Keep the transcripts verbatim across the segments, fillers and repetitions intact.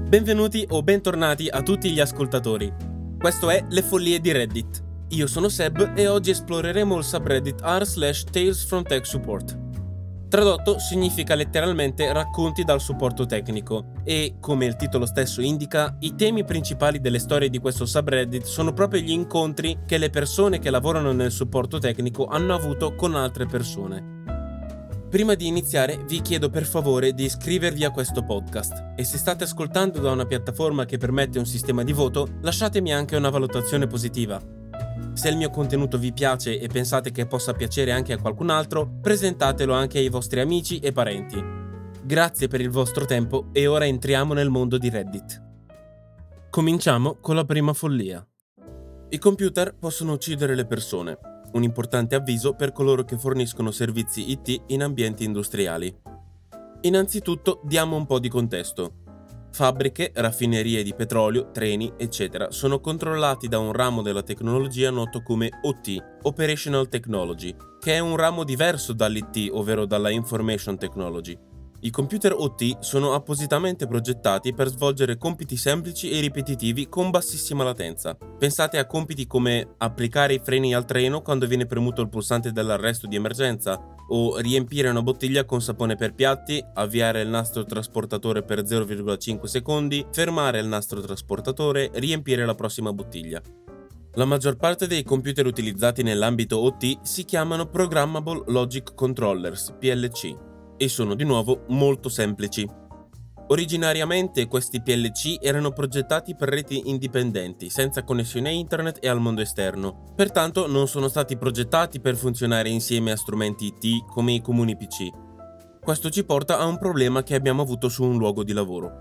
Benvenuti o bentornati a tutti gli ascoltatori. Questo è Le Follie di Reddit. Io sono Seb e oggi esploreremo il subreddit r slash Tales from Tech Support. Tradotto significa letteralmente racconti dal supporto tecnico e, come il titolo stesso indica, i temi principali delle storie di questo subreddit sono proprio gli incontri che le persone che lavorano nel supporto tecnico hanno avuto con altre persone. Prima di iniziare vi chiedo per favore di iscrivervi a questo podcast e se state ascoltando da una piattaforma che permette un sistema di voto, lasciatemi anche una valutazione positiva. Se il mio contenuto vi piace e pensate che possa piacere anche a qualcun altro, presentatelo anche ai vostri amici e parenti. Grazie per il vostro tempo e ora entriamo nel mondo di Reddit. Cominciamo con la prima follia. I computer possono uccidere le persone. Un importante avviso per coloro che forniscono servizi I T in ambienti industriali. Innanzitutto diamo un po' di contesto. Fabbriche, raffinerie di petrolio, treni, eccetera sono controllati da un ramo della tecnologia noto come O T, Operational Technology, che è un ramo diverso dall'I T, ovvero dalla Information Technology. I computer O T sono appositamente progettati per svolgere compiti semplici e ripetitivi con bassissima latenza. Pensate a compiti come applicare i freni al treno quando viene premuto il pulsante dell'arresto di emergenza, o riempire una bottiglia con sapone per piatti, avviare il nastro trasportatore per zero virgola cinque secondi, fermare il nastro trasportatore, riempire la prossima bottiglia. La maggior parte dei computer utilizzati nell'ambito O T si chiamano Programmable Logic Controllers, P L C. E sono di nuovo molto semplici. Originariamente questi P L C erano progettati per reti indipendenti, senza connessione a internet e al mondo esterno, pertanto non sono stati progettati per funzionare insieme a strumenti I T come i comuni P C. Questo ci porta a un problema che abbiamo avuto su un luogo di lavoro.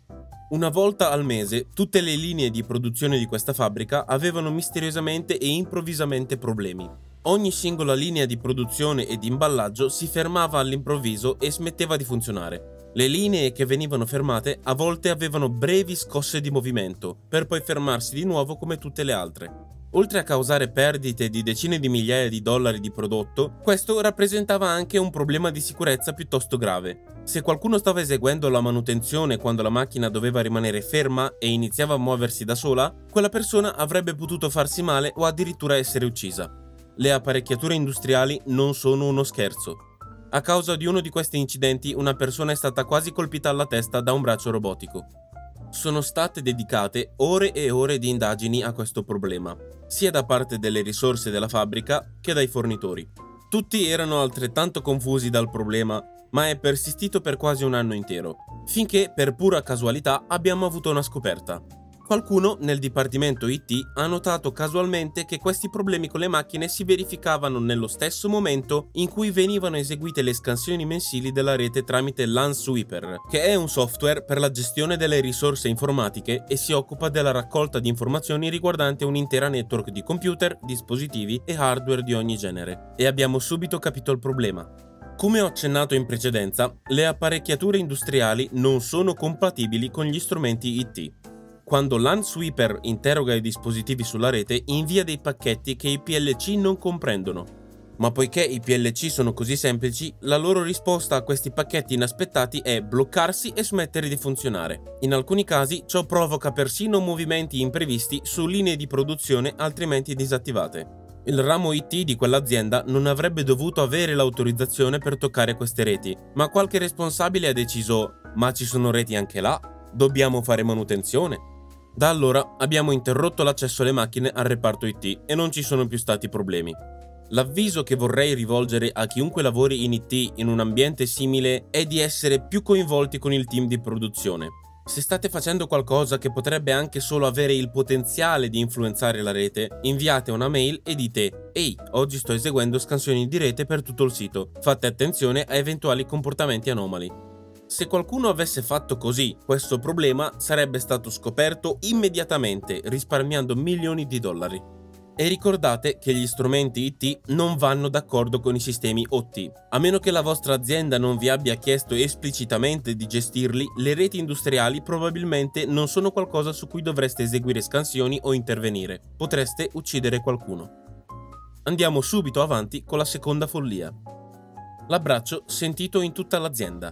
Una volta al mese, tutte le linee di produzione di questa fabbrica avevano misteriosamente e improvvisamente problemi. Ogni singola linea di produzione e di imballaggio si fermava all'improvviso e smetteva di funzionare. Le linee che venivano fermate a volte avevano brevi scosse di movimento, per poi fermarsi di nuovo come tutte le altre. Oltre a causare perdite di decine di migliaia di dollari di prodotto, questo rappresentava anche un problema di sicurezza piuttosto grave. Se qualcuno stava eseguendo la manutenzione quando la macchina doveva rimanere ferma e iniziava a muoversi da sola, quella persona avrebbe potuto farsi male o addirittura essere uccisa. Le apparecchiature industriali non sono uno scherzo. A causa di uno di questi incidenti, una persona è stata quasi colpita alla testa da un braccio robotico. Sono state dedicate ore e ore di indagini a questo problema, sia da parte delle risorse della fabbrica che dai fornitori. Tutti erano altrettanto confusi dal problema, ma è persistito per quasi un anno intero, finché per pura casualità abbiamo avuto una scoperta. Qualcuno nel dipartimento I T ha notato casualmente che questi problemi con le macchine si verificavano nello stesso momento in cui venivano eseguite le scansioni mensili della rete tramite LAN Sweeper, che è un software per la gestione delle risorse informatiche e si occupa della raccolta di informazioni riguardante un'intera network di computer, dispositivi e hardware di ogni genere. E abbiamo subito capito il problema. Come ho accennato in precedenza, le apparecchiature industriali non sono compatibili con gli strumenti I T. Quando LAN Sweeper interroga i dispositivi sulla rete, invia dei pacchetti che i P L C non comprendono. Ma poiché i P L C sono così semplici, la loro risposta a questi pacchetti inaspettati è bloccarsi e smettere di funzionare. In alcuni casi ciò provoca persino movimenti imprevisti su linee di produzione altrimenti disattivate. Il ramo I T di quell'azienda non avrebbe dovuto avere l'autorizzazione per toccare queste reti, ma qualche responsabile ha deciso: ma ci sono reti anche là? Dobbiamo fare manutenzione? Da allora abbiamo interrotto l'accesso alle macchine al reparto I T e non ci sono più stati problemi. L'avviso che vorrei rivolgere a chiunque lavori in I T in un ambiente simile è di essere più coinvolti con il team di produzione. Se state facendo qualcosa che potrebbe anche solo avere il potenziale di influenzare la rete, inviate una mail e dite: «Ehi, oggi sto eseguendo scansioni di rete per tutto il sito, fate attenzione a eventuali comportamenti anomali». Se qualcuno avesse fatto così, questo problema sarebbe stato scoperto immediatamente, risparmiando milioni di dollari. E ricordate che gli strumenti I T non vanno d'accordo con i sistemi O T. A meno che la vostra azienda non vi abbia chiesto esplicitamente di gestirli, le reti industriali probabilmente non sono qualcosa su cui dovreste eseguire scansioni o intervenire. Potreste uccidere qualcuno. Andiamo subito avanti con la seconda follia. L'abbraccio sentito in tutta l'azienda.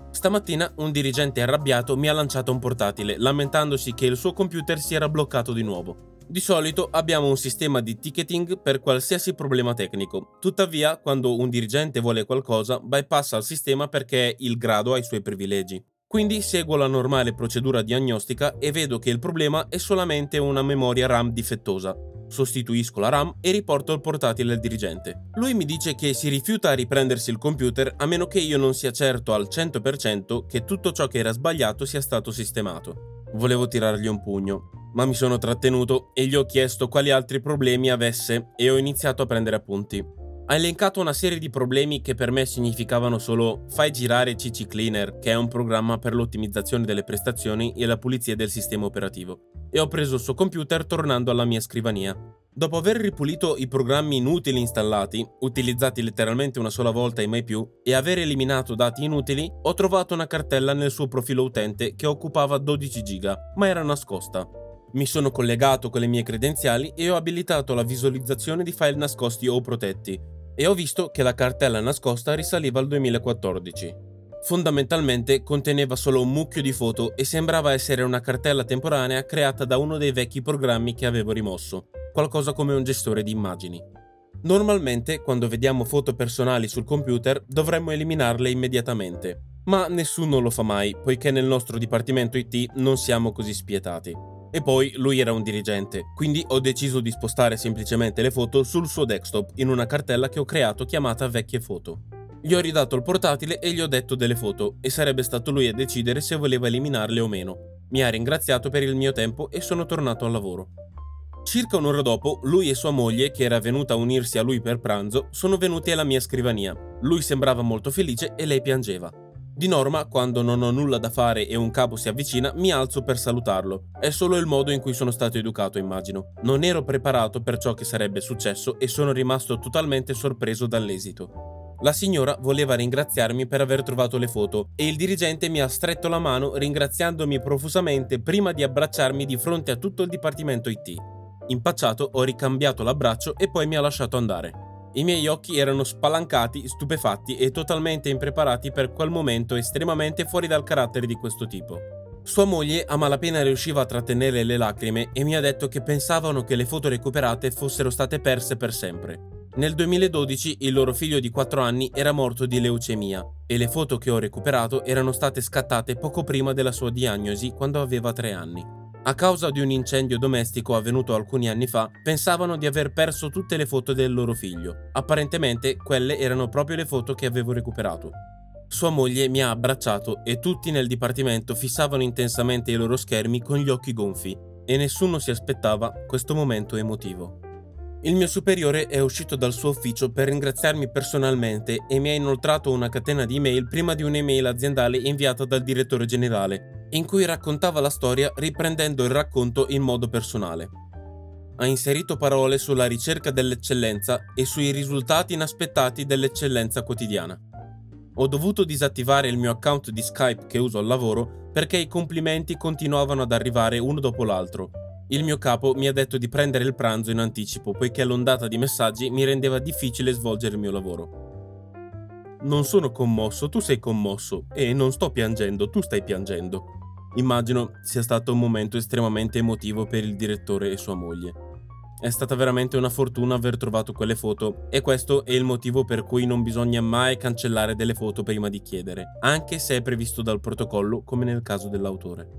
Stamattina un dirigente arrabbiato mi ha lanciato un portatile, lamentandosi che il suo computer si era bloccato di nuovo. Di solito abbiamo un sistema di ticketing per qualsiasi problema tecnico, tuttavia quando un dirigente vuole qualcosa bypassa il sistema perché il grado ha i suoi privilegi. Quindi seguo la normale procedura diagnostica e vedo che il problema è solamente una memoria RAM difettosa. Sostituisco la RAM e riporto il portatile al dirigente. Lui mi dice che si rifiuta a riprendersi il computer a meno che io non sia certo al cento per cento che tutto ciò che era sbagliato sia stato sistemato. Volevo tirargli un pugno, ma mi sono trattenuto e gli ho chiesto quali altri problemi avesse e ho iniziato a prendere appunti. Ha elencato una serie di problemi che per me significavano solo fai girare C C Cleaner, che è un programma per l'ottimizzazione delle prestazioni e la pulizia del sistema operativo, e ho preso il suo computer tornando alla mia scrivania. Dopo aver ripulito i programmi inutili installati, utilizzati letteralmente una sola volta e mai più, e aver eliminato dati inutili, ho trovato una cartella nel suo profilo utente che occupava dodici giga, ma era nascosta. Mi sono collegato con le mie credenziali e ho abilitato la visualizzazione di file nascosti o protetti, e ho visto che la cartella nascosta risaliva al duemilaquattordici. Fondamentalmente conteneva solo un mucchio di foto e sembrava essere una cartella temporanea creata da uno dei vecchi programmi che avevo rimosso, qualcosa come un gestore di immagini. Normalmente, quando vediamo foto personali sul computer, dovremmo eliminarle immediatamente, ma nessuno lo fa mai, poiché nel nostro dipartimento I T non siamo così spietati. E poi lui era un dirigente, quindi ho deciso di spostare semplicemente le foto sul suo desktop in una cartella che ho creato chiamata Vecchie foto. Gli ho ridato il portatile e gli ho detto delle foto e sarebbe stato lui a decidere se voleva eliminarle o meno. Mi ha ringraziato per il mio tempo e sono tornato al lavoro. Circa un'ora dopo, lui e sua moglie, che era venuta a unirsi a lui per pranzo, sono venuti alla mia scrivania. Lui sembrava molto felice e lei piangeva. Di norma, quando non ho nulla da fare e un capo si avvicina, mi alzo per salutarlo. È solo il modo in cui sono stato educato, immagino. Non ero preparato per ciò che sarebbe successo e sono rimasto totalmente sorpreso dall'esito. La signora voleva ringraziarmi per aver trovato le foto e il dirigente mi ha stretto la mano ringraziandomi profusamente prima di abbracciarmi di fronte a tutto il dipartimento I T. Impacciato, ho ricambiato l'abbraccio e poi mi ha lasciato andare. I miei occhi erano spalancati, stupefatti e totalmente impreparati per quel momento estremamente fuori dal carattere di questo tipo. Sua moglie a malapena riusciva a trattenere le lacrime e mi ha detto che pensavano che le foto recuperate fossero state perse per sempre. Nel duemiladodici il loro figlio di quattro anni era morto di leucemia e le foto che ho recuperato erano state scattate poco prima della sua diagnosi quando aveva tre anni. A causa di un incendio domestico avvenuto alcuni anni fa, pensavano di aver perso tutte le foto del loro figlio. Apparentemente, quelle erano proprio le foto che avevo recuperato. Sua moglie mi ha abbracciato e tutti nel dipartimento fissavano intensamente i loro schermi con gli occhi gonfi e nessuno si aspettava questo momento emotivo. Il mio superiore è uscito dal suo ufficio per ringraziarmi personalmente e mi ha inoltrato una catena di email prima di un'email aziendale inviata dal direttore generale, in cui raccontava la storia riprendendo il racconto in modo personale. Ha inserito parole sulla ricerca dell'eccellenza e sui risultati inaspettati dell'eccellenza quotidiana. Ho dovuto disattivare il mio account di Skype che uso al lavoro perché i complimenti continuavano ad arrivare uno dopo l'altro. Il mio capo mi ha detto di prendere il pranzo in anticipo poiché l'ondata di messaggi mi rendeva difficile svolgere il mio lavoro. Non sono commosso, tu sei commosso e non sto piangendo, tu stai piangendo. Immagino sia stato un momento estremamente emotivo per il direttore e sua moglie. È stata veramente una fortuna aver trovato quelle foto e questo è il motivo per cui non bisogna mai cancellare delle foto prima di chiedere, anche se è previsto dal protocollo come nel caso dell'autore.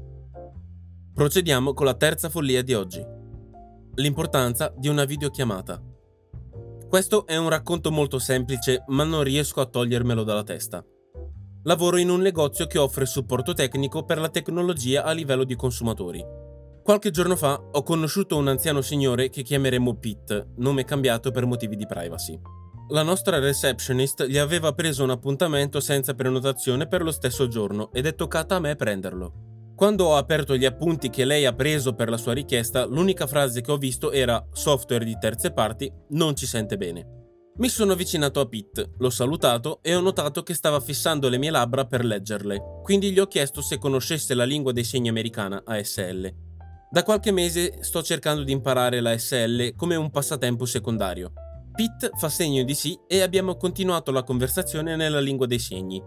Procediamo con la terza follia di oggi. L'importanza di una videochiamata. Questo è un racconto molto semplice, ma non riesco a togliermelo dalla testa. Lavoro in un negozio che offre supporto tecnico per la tecnologia a livello di consumatori. Qualche giorno fa ho conosciuto un anziano signore che chiameremo Pete, nome cambiato per motivi di privacy. La nostra receptionist gli aveva preso un appuntamento senza prenotazione per lo stesso giorno ed è toccata a me prenderlo. Quando ho aperto gli appunti che lei ha preso per la sua richiesta, l'unica frase che ho visto era software di terze parti, non ci sente bene. Mi sono avvicinato a Pete, l'ho salutato e ho notato che stava fissando le mie labbra per leggerle, quindi gli ho chiesto se conoscesse la lingua dei segni americana, A S L. Da qualche mese sto cercando di imparare la A S L come un passatempo secondario. Pete fa segno di sì e abbiamo continuato la conversazione nella lingua dei segni.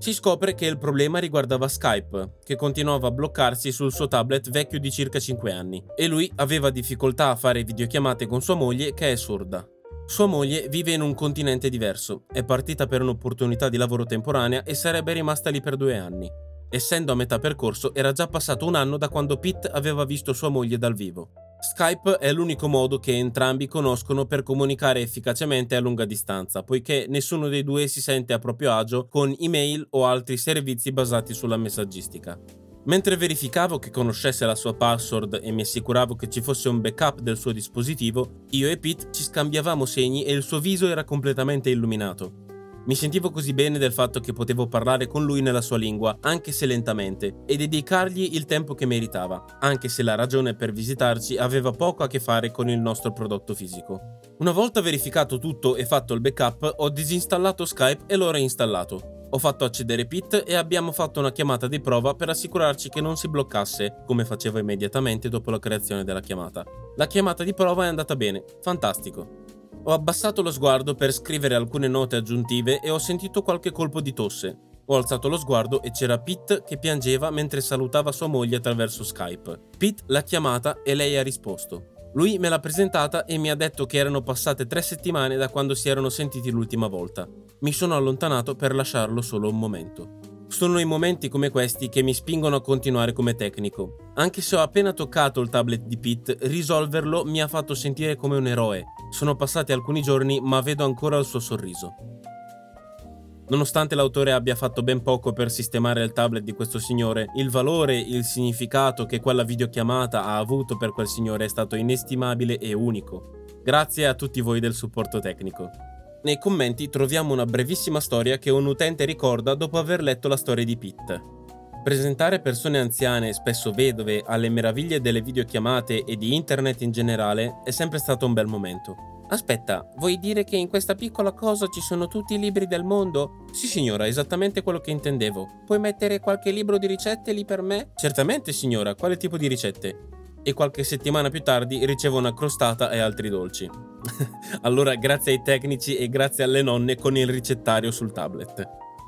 Si scopre che il problema riguardava Skype, che continuava a bloccarsi sul suo tablet vecchio di circa cinque anni, e lui aveva difficoltà a fare videochiamate con sua moglie che è sorda. Sua moglie vive in un continente diverso, è partita per un'opportunità di lavoro temporanea e sarebbe rimasta lì per due anni. Essendo a metà percorso, era già passato un anno da quando Pete aveva visto sua moglie dal vivo. Skype è l'unico modo che entrambi conoscono per comunicare efficacemente a lunga distanza, poiché nessuno dei due si sente a proprio agio con email o altri servizi basati sulla messaggistica. Mentre verificavo che conoscesse la sua password e mi assicuravo che ci fosse un backup del suo dispositivo, io e Pete ci scambiavamo segni e il suo viso era completamente illuminato. Mi sentivo così bene del fatto che potevo parlare con lui nella sua lingua, anche se lentamente, e dedicargli il tempo che meritava, anche se la ragione per visitarci aveva poco a che fare con il nostro prodotto fisico. Una volta verificato tutto e fatto il backup, ho disinstallato Skype e l'ho reinstallato. Ho fatto accedere Pete e abbiamo fatto una chiamata di prova per assicurarci che non si bloccasse, come facevo immediatamente dopo la creazione della chiamata. La chiamata di prova è andata bene, fantastico. Ho abbassato lo sguardo per scrivere alcune note aggiuntive e ho sentito qualche colpo di tosse. Ho alzato lo sguardo e c'era Pete che piangeva mentre salutava sua moglie attraverso Skype. Pete l'ha chiamata e lei ha risposto. Lui me l'ha presentata e mi ha detto che erano passate tre settimane da quando si erano sentiti l'ultima volta. Mi sono allontanato per lasciarlo solo un momento. Sono i momenti come questi che mi spingono a continuare come tecnico. Anche se ho appena toccato il tablet di Pete, risolverlo mi ha fatto sentire come un eroe. Sono passati alcuni giorni, ma vedo ancora il suo sorriso. Nonostante l'autore abbia fatto ben poco per sistemare il tablet di questo signore, il valore, il significato che quella videochiamata ha avuto per quel signore è stato inestimabile e unico. Grazie a tutti voi del supporto tecnico. Nei commenti troviamo una brevissima storia che un utente ricorda dopo aver letto la storia di Pete. Presentare persone anziane, spesso vedove, alle meraviglie delle videochiamate e di internet in generale è sempre stato un bel momento. Aspetta, vuoi dire che in questa piccola cosa ci sono tutti i libri del mondo? Sì signora, esattamente quello che intendevo. Puoi mettere qualche libro di ricette lì per me? Certamente signora, quale tipo di ricette? E qualche settimana più tardi ricevo una crostata e altri dolci. Allora grazie ai tecnici e grazie alle nonne con il ricettario sul tablet.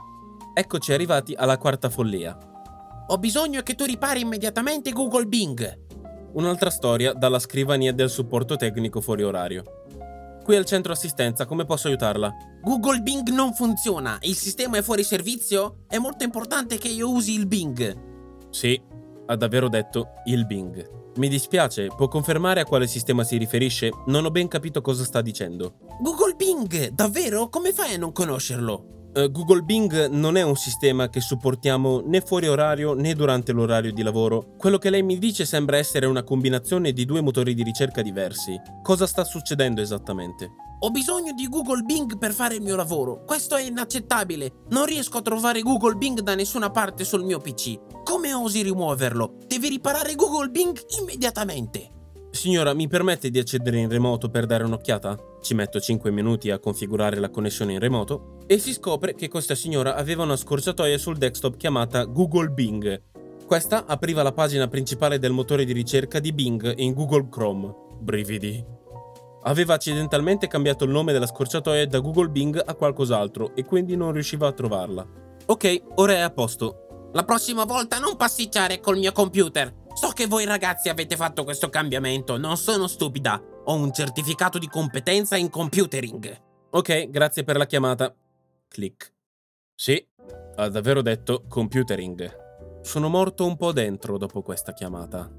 Eccoci arrivati alla quarta follia. Ho bisogno che tu ripari immediatamente Google Bing. Un'altra storia dalla scrivania del supporto tecnico fuori orario. Qui al centro assistenza, come posso aiutarla? Google Bing non funziona, il sistema è fuori servizio? È molto importante che io usi il Bing. Sì, ha davvero detto il Bing. Mi dispiace, può confermare a quale sistema si riferisce? Non ho ben capito cosa sta dicendo. Google Bing, davvero? Come fai a non conoscerlo? Uh, Google Bing non è un sistema che supportiamo né fuori orario né durante l'orario di lavoro. Quello che lei mi dice sembra essere una combinazione di due motori di ricerca diversi. Cosa sta succedendo esattamente? Ho bisogno di Google Bing per fare il mio lavoro. Questo è inaccettabile. Non riesco a trovare Google Bing da nessuna parte sul mio P C. Come osi rimuoverlo? Devi riparare Google Bing immediatamente. Signora, mi permette di accedere in remoto per dare un'occhiata? Ci metto cinque minuti a configurare la connessione in remoto e si scopre che questa signora aveva una scorciatoia sul desktop chiamata Google Bing. Questa apriva la pagina principale del motore di ricerca di Bing in Google Chrome. Brividi. Aveva accidentalmente cambiato il nome della scorciatoia da Google Bing a qualcos'altro e quindi non riusciva a trovarla. Ok, ora è a posto. La prossima volta non pasticciare col mio computer. So che voi ragazzi avete fatto questo cambiamento, non sono stupida. Ho un certificato di competenza in computering. Ok, grazie per la chiamata. Clic. Sì, ha davvero detto computering. Sono morto un po' dentro dopo questa chiamata.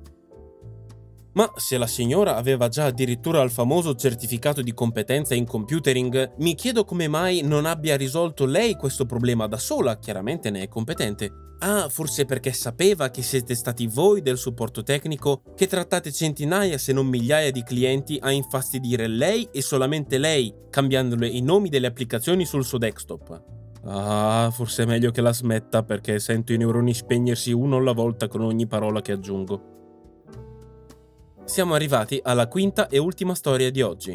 Ma se la signora aveva già addirittura il famoso certificato di competenza in computering, mi chiedo come mai non abbia risolto lei questo problema da sola, chiaramente ne è competente. Ah, forse perché sapeva che siete stati voi del supporto tecnico che trattate centinaia se non migliaia di clienti a infastidire lei e solamente lei, cambiandole i nomi delle applicazioni sul suo desktop. Ah, forse è meglio che la smetta perché sento i neuroni spegnersi uno alla volta con ogni parola che aggiungo. Siamo arrivati alla quinta e ultima storia di oggi.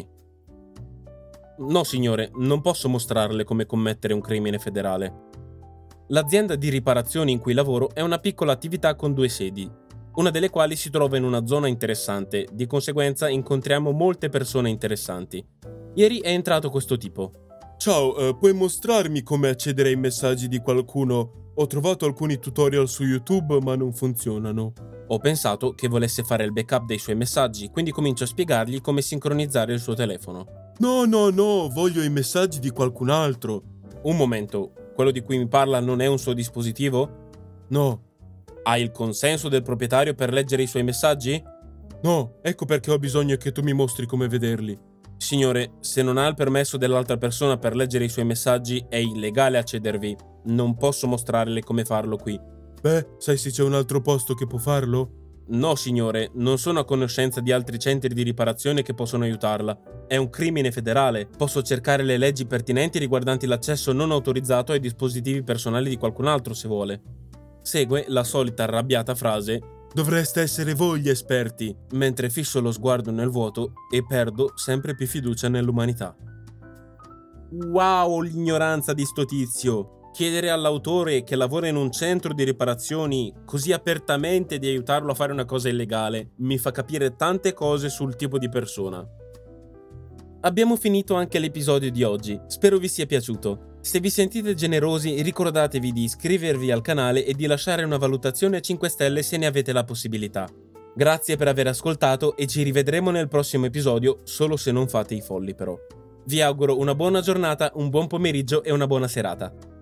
No, signore, non posso mostrarle come commettere un crimine federale. L'azienda di riparazioni in cui lavoro è una piccola attività con due sedi, una delle quali si trova in una zona interessante, di conseguenza incontriamo molte persone interessanti. Ieri è entrato questo tipo. Ciao, eh, puoi mostrarmi come accedere ai messaggi di qualcuno? Ho trovato alcuni tutorial su YouTube ma non funzionano. Ho pensato che volesse fare il backup dei suoi messaggi, quindi comincio a spiegargli come sincronizzare il suo telefono. No, no, no, voglio i messaggi di qualcun altro. Un momento, quello di cui mi parla non è un suo dispositivo? No. Ha il consenso del proprietario per leggere i suoi messaggi? No, ecco perché ho bisogno che tu mi mostri come vederli. Signore, se non ha il permesso dell'altra persona per leggere i suoi messaggi, è illegale accedervi. Non posso mostrarle come farlo qui. Beh, sai se c'è un altro posto che può farlo? No, signore, non sono a conoscenza di altri centri di riparazione che possono aiutarla. È un crimine federale. Posso cercare le leggi pertinenti riguardanti l'accesso non autorizzato ai dispositivi personali di qualcun altro se vuole. Segue la solita arrabbiata frase: dovreste essere voi gli esperti, mentre fisso lo sguardo nel vuoto e perdo sempre più fiducia nell'umanità. Wow, l'ignoranza di sto tizio! Chiedere all'autore che lavora in un centro di riparazioni così apertamente di aiutarlo a fare una cosa illegale mi fa capire tante cose sul tipo di persona. Abbiamo finito anche l'episodio di oggi, spero vi sia piaciuto. Se vi sentite generosi, ricordatevi di iscrivervi al canale e di lasciare una valutazione a cinque stelle se ne avete la possibilità. Grazie per aver ascoltato e ci rivedremo nel prossimo episodio, solo se non fate i folli però. Vi auguro una buona giornata, un buon pomeriggio e una buona serata.